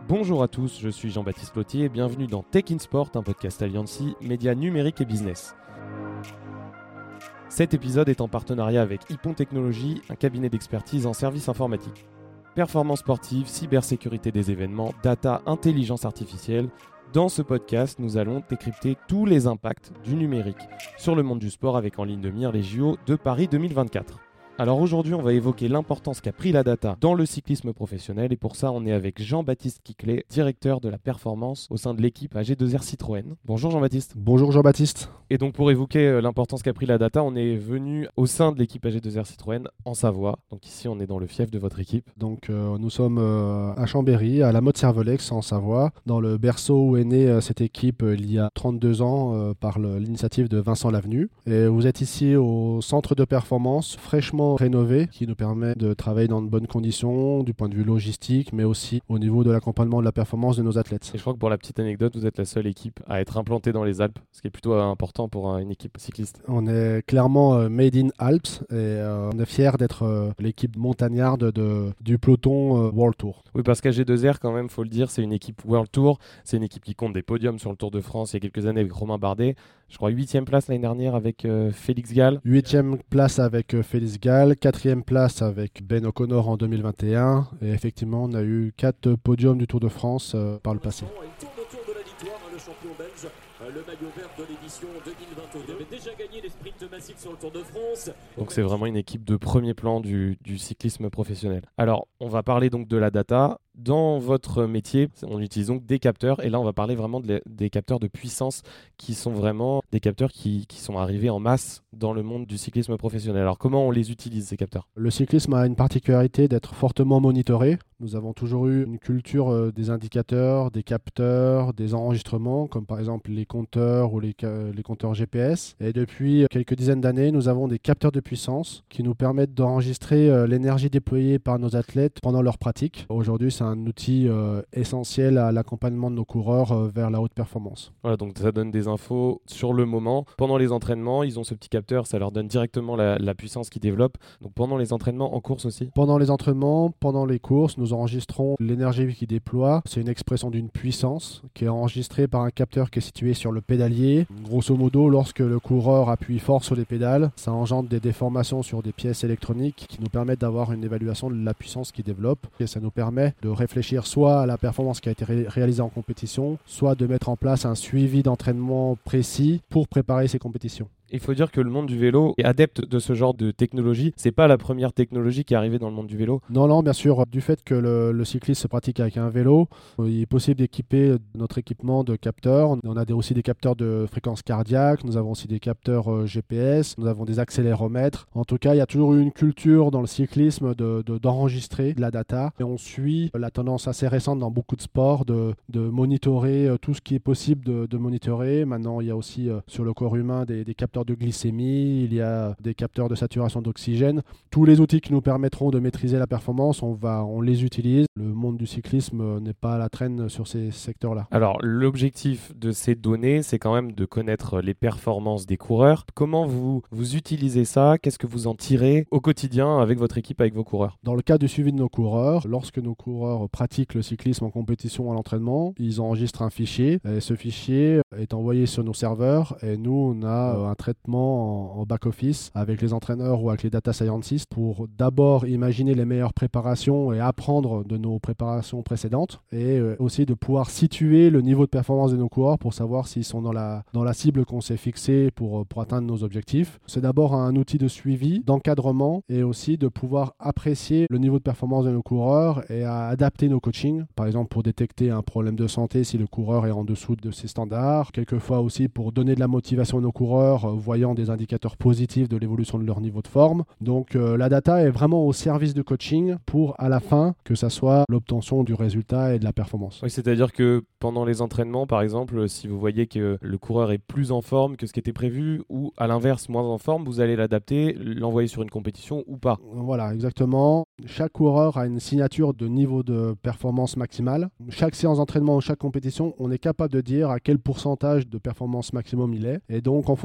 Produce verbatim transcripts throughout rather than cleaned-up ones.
Bonjour à tous, je suis Jean-Baptiste Plotier et bienvenue dans Tech in Sport, un podcast Alliancy, médias numériques et business. Cet épisode est en partenariat avec Hippon Technologies, un cabinet d'expertise en services informatiques. Performance sportive, cybersécurité des événements, data, intelligence artificielle. Dans ce podcast, nous allons décrypter tous les impacts du numérique sur le monde du sport avec en ligne de mire les J O de Paris deux mille vingt-quatre. Alors aujourd'hui, on va évoquer l'importance qu'a pris la data dans le cyclisme professionnel et pour ça, on est avec Jean-Baptiste Quiclet, directeur de la performance au sein de l'équipe A G deux R Citroën. Bonjour Jean-Baptiste. Bonjour Jean-Baptiste. Et donc pour évoquer l'importance qu'a pris la data, on est venu au sein de l'équipe A G deux R Citroën en Savoie. Donc ici, on est dans le fief de votre équipe. Donc euh, nous sommes euh, à Chambéry, à la Motte-Servolex en Savoie, dans le berceau où est née euh, cette équipe euh, il y a trente-deux ans euh, par le, l'initiative de Vincent Lavenu. Et vous êtes ici au centre de performance fraîchement rénové qui nous permet de travailler dans de bonnes conditions du point de vue logistique, mais aussi au niveau de l'accompagnement de la performance de nos athlètes. Et je crois que pour la petite anecdote, vous êtes la seule équipe à être implantée dans les Alpes, ce qui est plutôt important pour une équipe cycliste. On est clairement euh, made in Alps et euh, on est fiers d'être euh, l'équipe montagnarde de, du peloton euh, World Tour. Oui, parce qu'A G deux R, quand même, faut le dire, c'est une équipe World Tour. C'est une équipe qui compte des podiums sur le Tour de France il y a quelques années avec Romain Bardet. Je crois huitième place l'année dernière avec euh, Félix Gall. Huitième place avec euh, Félix Gall, quatrième place avec Ben O'Connor en deux mille vingt et un. Et effectivement, on a eu quatre podiums du Tour de France euh, par le passé. Le maillot vert de l'édition deux mille vingt-deux. Il avait déjà gagné les sprints massifs sur le Tour de France. Donc c'est vraiment une équipe de premier plan du, du cyclisme professionnel. Alors, on va parler donc de la data. Dans votre métier, on utilise donc des capteurs. Et là, on va parler vraiment de les, des capteurs de puissance qui sont vraiment des capteurs qui, qui sont arrivés en masse dans le monde du cyclisme professionnel. Alors, comment on les utilise, ces capteurs ? Le cyclisme a une particularité d'être fortement monitoré. Nous avons toujours eu une culture euh, des indicateurs, des capteurs, des enregistrements, comme par exemple les compteurs ou les, ca- les compteurs G P S. Et depuis quelques dizaines d'années, nous avons des capteurs de puissance qui nous permettent d'enregistrer euh, l'énergie déployée par nos athlètes pendant leur pratique. Aujourd'hui, c'est un outil euh, essentiel à l'accompagnement de nos coureurs euh, vers la haute performance. Voilà, donc ça donne des infos sur le moment. Pendant les entraînements, ils ont ce petit capteur, ça leur donne directement la, la puissance qu'ils développent. Donc pendant les entraînements, en course aussi ? Pendant les entraînements, pendant les courses, nous enregistrons l'énergie qu'ils déploient. C'est une expression d'une puissance qui est enregistrée par un capteur qui est situé sur le pédalier. Grosso modo, lorsque le coureur appuie fort sur les pédales, ça engendre des déformations sur des pièces électroniques qui nous permettent d'avoir une évaluation de la puissance qu'ils développent. Et ça nous permet de réfléchir soit à la performance qui a été ré- réalisée en compétition, soit de mettre en place un suivi d'entraînement précis pour préparer ces compétitions. Il faut dire que le monde du vélo est adepte de ce genre de technologie. C'est pas la première technologie qui est arrivée dans le monde du vélo. Non, non, bien sûr. Du fait que le, le cyclisme se pratique avec un vélo, il est possible d'équiper notre équipement de capteurs. On a des, aussi des capteurs de fréquence cardiaque. Nous avons aussi des capteurs euh, G P S. Nous avons des accéléromètres. En tout cas, il y a toujours eu une culture dans le cyclisme de, de, d'enregistrer de la data. Et on suit la tendance assez récente dans beaucoup de sports de, de monitorer euh, tout ce qui est possible de, de monitorer. Maintenant, il y a aussi euh, sur le corps humain des, des capteurs de glycémie, il y a des capteurs de saturation d'oxygène. Tous les outils qui nous permettront de maîtriser la performance, on, va, on les utilise. Le monde du cyclisme n'est pas à la traîne sur ces secteurs-là. Alors, l'objectif de ces données, c'est quand même de connaître les performances des coureurs. Comment vous, vous utilisez ça ? Qu'est-ce que vous en tirez au quotidien avec votre équipe, avec vos coureurs ? Dans le cas du suivi de nos coureurs, lorsque nos coureurs pratiquent le cyclisme en compétition ou à l'entraînement, ils enregistrent un fichier. Et ce fichier est envoyé sur nos serveurs et nous, on a un traitement en, en back-office avec les entraîneurs ou avec les data scientists pour d'abord imaginer les meilleures préparations et apprendre de nos préparations précédentes et euh, aussi de pouvoir situer le niveau de performance de nos coureurs pour savoir s'ils sont dans la, dans la cible qu'on s'est fixée pour, pour atteindre nos objectifs. C'est d'abord un outil de suivi, d'encadrement et aussi de pouvoir apprécier le niveau de performance de nos coureurs et à adapter nos coachings. Par exemple, pour détecter un problème de santé si le coureur est en dessous de ses standards. Quelquefois aussi pour donner de la motivation à nos coureurs, euh, voyant des indicateurs positifs de l'évolution de leur niveau de forme. Donc euh, la data est vraiment au service de coaching pour à la fin que ça soit l'obtention du résultat et de la performance. Oui, c'est-à-dire que pendant les entraînements, par exemple, si vous voyez que le coureur est plus en forme que ce qui était prévu ou à l'inverse moins en forme, vous allez l'adapter, l'envoyer sur une compétition ou pas. Voilà, exactement. Chaque coureur a une signature de niveau de performance maximale. Chaque séance d'entraînement ou chaque compétition, on est capable de dire à quel pourcentage de performance maximum il est. Et donc en fonction de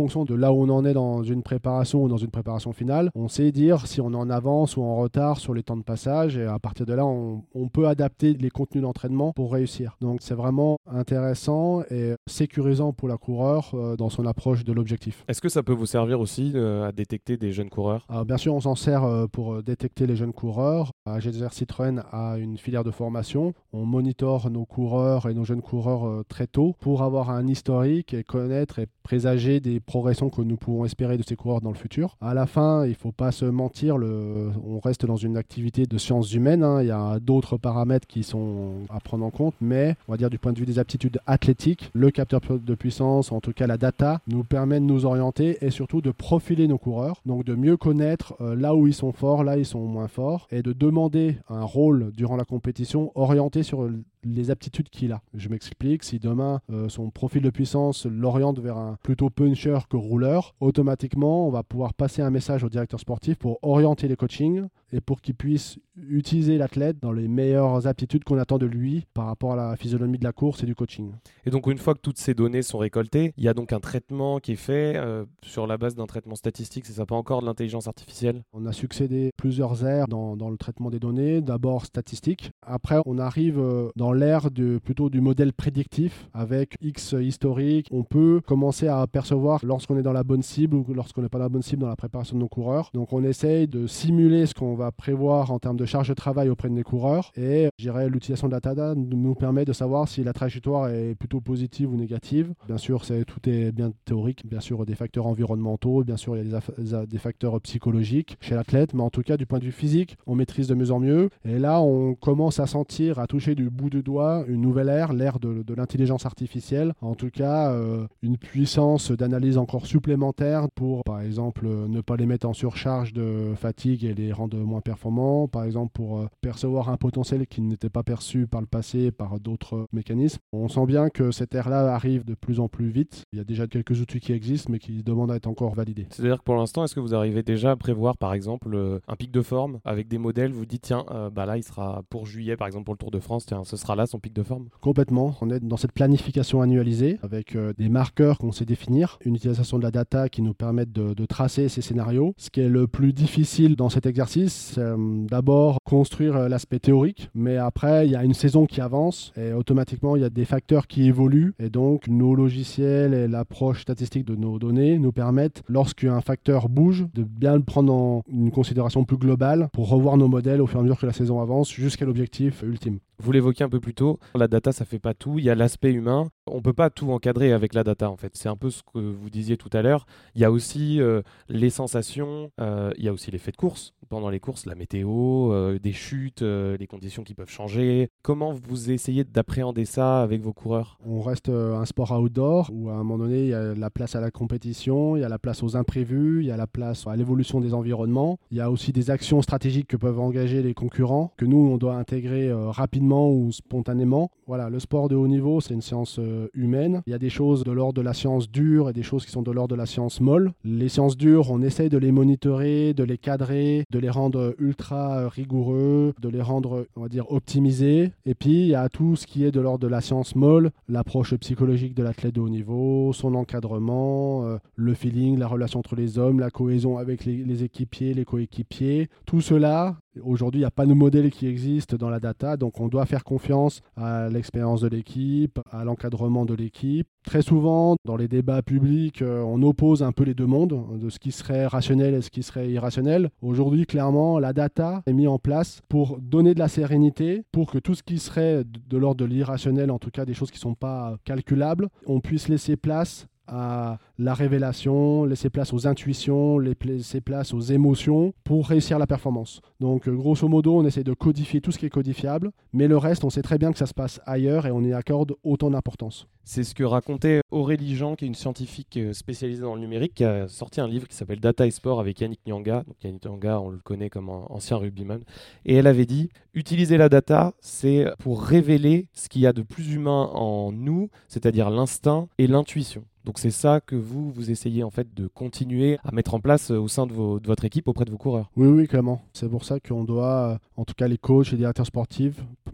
là où on en est dans une préparation ou dans une préparation finale, on sait dire si on est en avance ou en retard sur les temps de passage et à partir de là, on, on peut adapter les contenus d'entraînement pour réussir. Donc c'est vraiment intéressant et sécurisant pour la coureur euh, dans son approche de l'objectif. Est-ce que ça peut vous servir aussi euh, à détecter des jeunes coureurs ? Alors, bien sûr, on s'en sert euh, pour détecter les jeunes coureurs. A G deux R Citroën a une filière de formation. On monitore nos coureurs et nos jeunes coureurs euh, très tôt pour avoir un historique et connaître et présager des progressions que nous pouvons espérer de ces coureurs dans le futur. À la fin, il ne faut pas se mentir, le... on reste dans une activité de sciences humaines. Hein. Il y a d'autres paramètres qui sont à prendre en compte, mais on va dire du point de vue des aptitudes athlétiques, le capteur de puissance, en tout cas la data, nous permet de nous orienter et surtout de profiler nos coureurs, donc de mieux connaître euh, là où ils sont forts, là où ils sont moins forts, et de demander un rôle durant la compétition orienté sur les aptitudes qu'il a. Je m'explique, si demain euh, son profil de puissance l'oriente vers un plutôt puncher que rouleur, automatiquement on va pouvoir passer un message au directeur sportif pour orienter les coachings et pour qu'il puisse utiliser l'athlète dans les meilleures aptitudes qu'on attend de lui par rapport à la physionomie de la course et du coaching. Et donc une fois que toutes ces données sont récoltées, il y a donc un traitement qui est fait euh, sur la base d'un traitement statistique, c'est ça, pas encore de l'intelligence artificielle ? On a succédé plusieurs ères dans, dans le traitement des données, d'abord statistique, après on arrive euh, dans l'ère de, plutôt du modèle prédictif avec X historique. On peut commencer à apercevoir lorsqu'on est dans la bonne cible ou lorsqu'on n'est pas dans la bonne cible dans la préparation de nos coureurs. Donc on essaye de simuler ce qu'on va prévoir en termes de charge de travail auprès de nos coureurs et je dirais l'utilisation de la data nous permet de savoir si la trajectoire est plutôt positive ou négative. Bien sûr, c'est, tout est bien théorique, bien sûr des facteurs environnementaux, bien sûr il y a des, aff- des facteurs psychologiques chez l'athlète, mais en tout cas du point de vue physique, on maîtrise de mieux en mieux et là on commence à sentir, à toucher du bout de doigt une nouvelle ère, l'ère de, de l'intelligence artificielle, en tout cas euh, une puissance d'analyse encore supplémentaire pour par exemple ne pas les mettre en surcharge de fatigue et les rendre moins performants, par exemple pour euh, percevoir un potentiel qui n'était pas perçu par le passé par d'autres mécanismes. On sent bien que cette ère-là arrive de plus en plus vite. Il y a déjà quelques outils qui existent mais qui demandent à être encore validés. C'est-à-dire que pour l'instant, est-ce que vous arrivez déjà à prévoir par exemple euh, un pic de forme avec des modèles, vous dites tiens, euh, bah là il sera pour juillet par exemple pour le Tour de France, tiens, ce sera là son pic de forme ? Complètement. On est dans cette planification annualisée avec euh, des marqueurs qu'on sait définir, une utilisation de la data qui nous permet de, de tracer ces scénarios. Ce qui est le plus difficile dans cet exercice, c'est euh, d'abord construire euh, l'aspect théorique, mais après il y a une saison qui avance et automatiquement il y a des facteurs qui évoluent et donc nos logiciels et l'approche statistique de nos données nous permettent, lorsqu'un facteur bouge, de bien le prendre en une considération plus globale pour revoir nos modèles au fur et à mesure que la saison avance jusqu'à l'objectif ultime. Vous l'évoquiez un peu plus tôt, la data ça fait pas tout, il y a l'aspect humain, on peut pas tout encadrer avec la data en fait, c'est un peu ce que vous disiez tout à l'heure, il y a aussi euh, les sensations, euh, il y a aussi les faits de course, pendant les courses, la météo, euh, des chutes, euh, les conditions qui peuvent changer, comment vous essayez d'appréhender ça avec vos coureurs ? On reste euh, un sport outdoor où à un moment donné il y a la place à la compétition, il y a la place aux imprévus, il y a la place à l'évolution des environnements, il y a aussi des actions stratégiques que peuvent engager les concurrents, que nous on doit intégrer euh, rapidement ou spontanément. Voilà, le sport de haut niveau, c'est une science euh, humaine. Il y a des choses de l'ordre de la science dure et des choses qui sont de l'ordre de la science molle. Les sciences dures, on essaye de les monitorer, de les cadrer, de les rendre ultra euh, rigoureux, de les rendre, on va dire, optimisés. Et puis, il y a tout ce qui est de l'ordre de la science molle, l'approche psychologique de l'athlète de haut niveau, son encadrement, euh, le feeling, la relation entre les hommes, la cohésion avec les, les équipiers, les coéquipiers. Tout cela, aujourd'hui, il n'y a pas de modèle qui existe dans la data, donc on doit faire confiance à l'expérience de l'équipe, à l'encadrement de l'équipe. Très souvent, dans les débats publics, euh, on oppose un peu les deux mondes, de ce qui serait rationnel et ce qui serait irrationnel. Aujourd'hui, clairement, la data est mise en place pour donner de la sérénité, pour que tout ce qui serait de, de l'ordre de l'irrationnel, en tout cas des choses qui ne sont pas calculables, on puisse laisser place à la révélation, laisser place aux intuitions, laisser place aux émotions pour réussir la performance. Donc grosso modo, on essaie de codifier tout ce qui est codifiable, mais le reste, on sait très bien que ça se passe ailleurs et on y accorde autant d'importance. C'est ce que racontait Aurélie Jean, qui est une scientifique spécialisée dans le numérique, qui a sorti un livre qui s'appelle Data et Sport avec Yannick Nyanga. Donc Yannick Nyanga, on le connaît comme un ancien rugbyman. Et elle avait dit, utiliser la data, c'est pour révéler ce qu'il y a de plus humain en nous, c'est-à-dire l'instinct et l'intuition. Donc c'est ça que vous, vous essayez en fait de continuer à mettre en place au sein de, vos, de votre équipe auprès de vos coureurs. Oui, oui, clairement. C'est pour ça qu'on doit, en tout cas les coachs et les directeurs sportifs,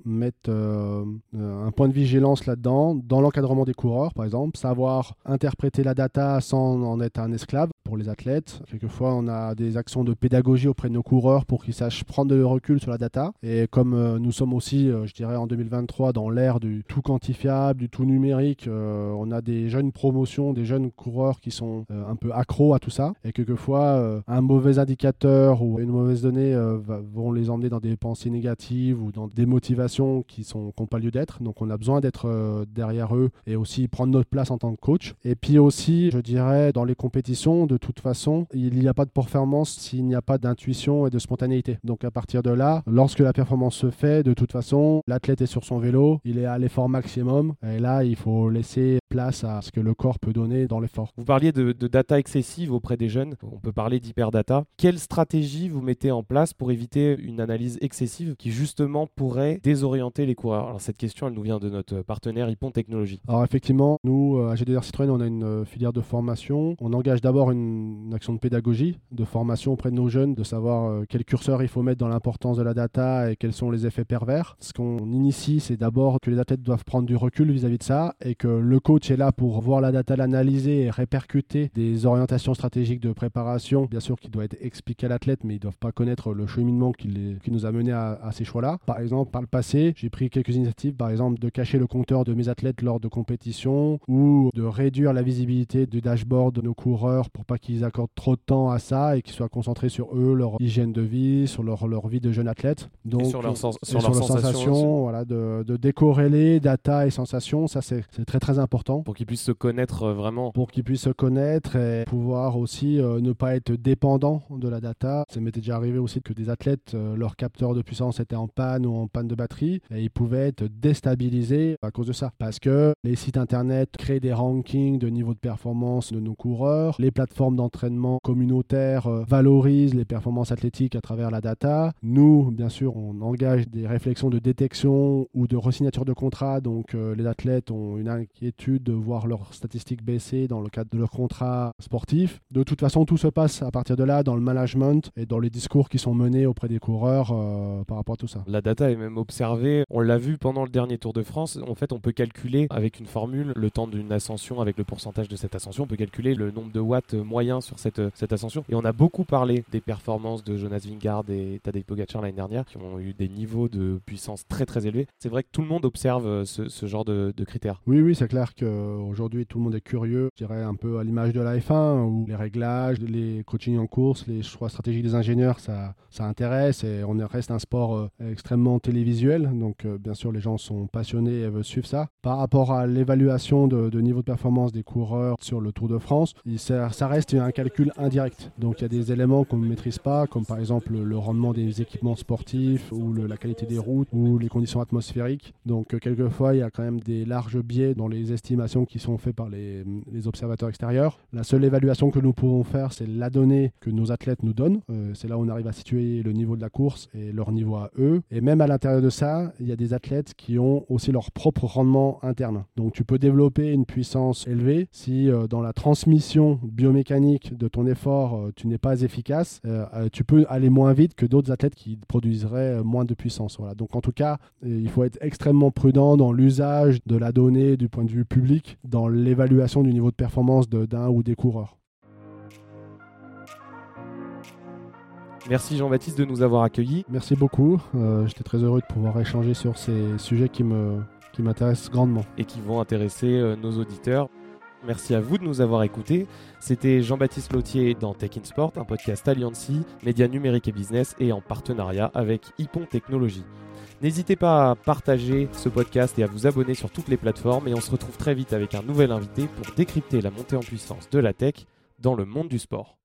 mettre euh, un point de vigilance là-dedans, dans l'encadrement des coureurs, par exemple, savoir interpréter la data sans en être un esclave pour les athlètes. Quelquefois, on a des actions de pédagogie auprès de nos coureurs pour qu'ils sachent prendre le recul sur la data. Et comme euh, nous sommes aussi, euh, je dirais, en deux mille vingt-trois, dans l'ère du tout quantifiable, du tout numérique, euh, on a des jeunes promotions, des jeunes coureurs qui sont euh, un peu accros à tout ça. Et quelquefois, euh, un mauvais indicateur ou une mauvaise donnée euh, va, vont les emmener dans des pensées négatives ou dans des motivations qui sont, qui n'ont pas lieu d'être. Donc, on a besoin d'être euh, derrière eux et aussi prendre notre place en tant que coach. Et puis aussi, je dirais, dans les compétitions, de toute façon, il n'y a pas de performance s'il n'y a pas d'intuition et de spontanéité. Donc, à partir de là, lorsque la performance se fait, de toute façon, l'athlète est sur son vélo, il est à l'effort maximum. Et là, il faut laisser place à ce que le corps peut donner dans l'effort. Vous parliez de, de data excessive auprès des jeunes. On peut parler d'hyperdata. Quelle stratégie vous mettez en place pour éviter une analyse excessive qui, justement, pourrait désorienter les coureurs? Alors, cette question, elle nous vient de notre partenaire Hippon Technologies. Alors, effectivement, nous, à G D R Citroën, on a une filière de formation. On engage d'abord une, une action de pédagogie, de formation auprès de nos jeunes, de savoir euh, quel curseur il faut mettre dans l'importance de la data et quels sont les effets pervers. Ce qu'on initie, c'est d'abord que les athlètes doivent prendre du recul vis-à-vis de ça et que le coach est là pour voir la data, l'analyser et répercuter des orientations stratégiques de préparation, bien sûr qui doit être expliqué à l'athlète, mais ils ne doivent pas connaître le cheminement qui, les, qui nous a mené à, à ces choix-là. Par exemple, par le passé, j'ai pris quelques initiatives, par exemple de cacher le compteur de mes athlètes lors de compétitions ou de réduire la visibilité du dashboard de nos coureurs pour pas qu'ils accordent trop de temps à ça et qu'ils soient concentrés sur eux, leur hygiène de vie, sur leur, leur vie de jeune athlète. Donc, et sur leurs sens- sur leur leurs sensations, voilà, de, de décorréler data et sensations, ça c'est, c'est très très important. Pour qu'ils puissent se connaître euh, vraiment. Pour qu'ils puissent se connaître et pouvoir aussi euh, ne pas être dépendants de la data. Ça m'était déjà arrivé aussi que des athlètes, euh, leur capteur de puissance était en panne ou en panne de batterie et ils pouvaient être déstabilisés à cause de ça. Parce que les sites internet créent des rankings de niveau de performance de nos coureurs, les plateformes d'entraînement communautaires euh, valorisent les performances athlétiques à travers la data. Nous, bien sûr, on engage des réflexions de détection ou de resignature de contrat. Donc, euh, les athlètes ont une inquiétude de voir leurs statistiques baisser dans le cadre de leur contrat sportif. De toute façon, tout se passe à partir de là dans le management et dans les discours qui sont menés auprès des coureurs euh, par rapport à tout ça. La data est même observée, on l'a vu pendant le dernier Tour de France, en fait on peut calculer avec une formule le temps d'une ascension avec le pourcentage de cette ascension, on peut calculer le nombre de watts moyen sur cette, cette ascension. Et on a beaucoup parlé des performances de Jonas Vingegaard et Tadej Pogacar l'année dernière qui ont eu des niveaux de puissance très très élevés. C'est vrai que tout le monde observe ce, ce genre de, de critères. Oui, oui, c'est clair qu'aujourd'hui tout le monde est curieux, je dirais un peu à l'image de la F un où les réglages, les coachings en course, les choix stratégiques des ingénieurs, ça, ça intéresse et on reste un sport euh, extrêmement télévisuel. Donc euh, bien sûr les gens sont passionnés et veulent suivre ça. Par rapport à l'évaluation de, de niveau de performance des coureurs sur le Tour de France, il, ça, ça reste un calcul indirect. Donc il y a des éléments qu'on ne maîtrise pas, comme par exemple le rendement des équipements sportifs ou le, la qualité des routes ou les conditions atmosphériques. Donc euh, quelquefois il y a quand même des larges biais dans les estimations qui sont faites par les, les observateurs extérieurs. La seule évaluation que nous pouvons faire, c'est la donnée que nos athlètes nous donnent. Euh, c'est là où on arrive à situer le niveau de la course et leur niveau à eux. Et même à l'intérieur de ça, il y a des athlètes qui ont aussi leur propre rendement interne. Donc tu peux développer une puissance élevée si euh, dans la transmission biomécanique de ton effort, euh, tu n'es pas efficace. Euh, euh, tu peux aller moins vite que d'autres athlètes qui produiseraient euh, moins de puissance. Voilà. Donc en tout cas, euh, il faut être extrêmement prudent dans l'usage de la donnée du point de vue public, dans l'évaluation du niveau de performance de, d'un ou des coureurs. Merci Jean-Baptiste de nous avoir accueillis. Merci beaucoup. Euh, j'étais très heureux de pouvoir échanger sur ces sujets qui, me, qui m'intéressent grandement. Et qui vont intéresser euh, nos auditeurs. Merci à vous de nous avoir écoutés. C'était Jean-Baptiste Lautier dans Tech in Sport, un podcast Alliancy, médias numériques et business et en partenariat avec Hippon Technologies. N'hésitez pas à partager ce podcast et à vous abonner sur toutes les plateformes et on se retrouve très vite avec un nouvel invité pour décrypter la montée en puissance de la tech dans le monde du sport.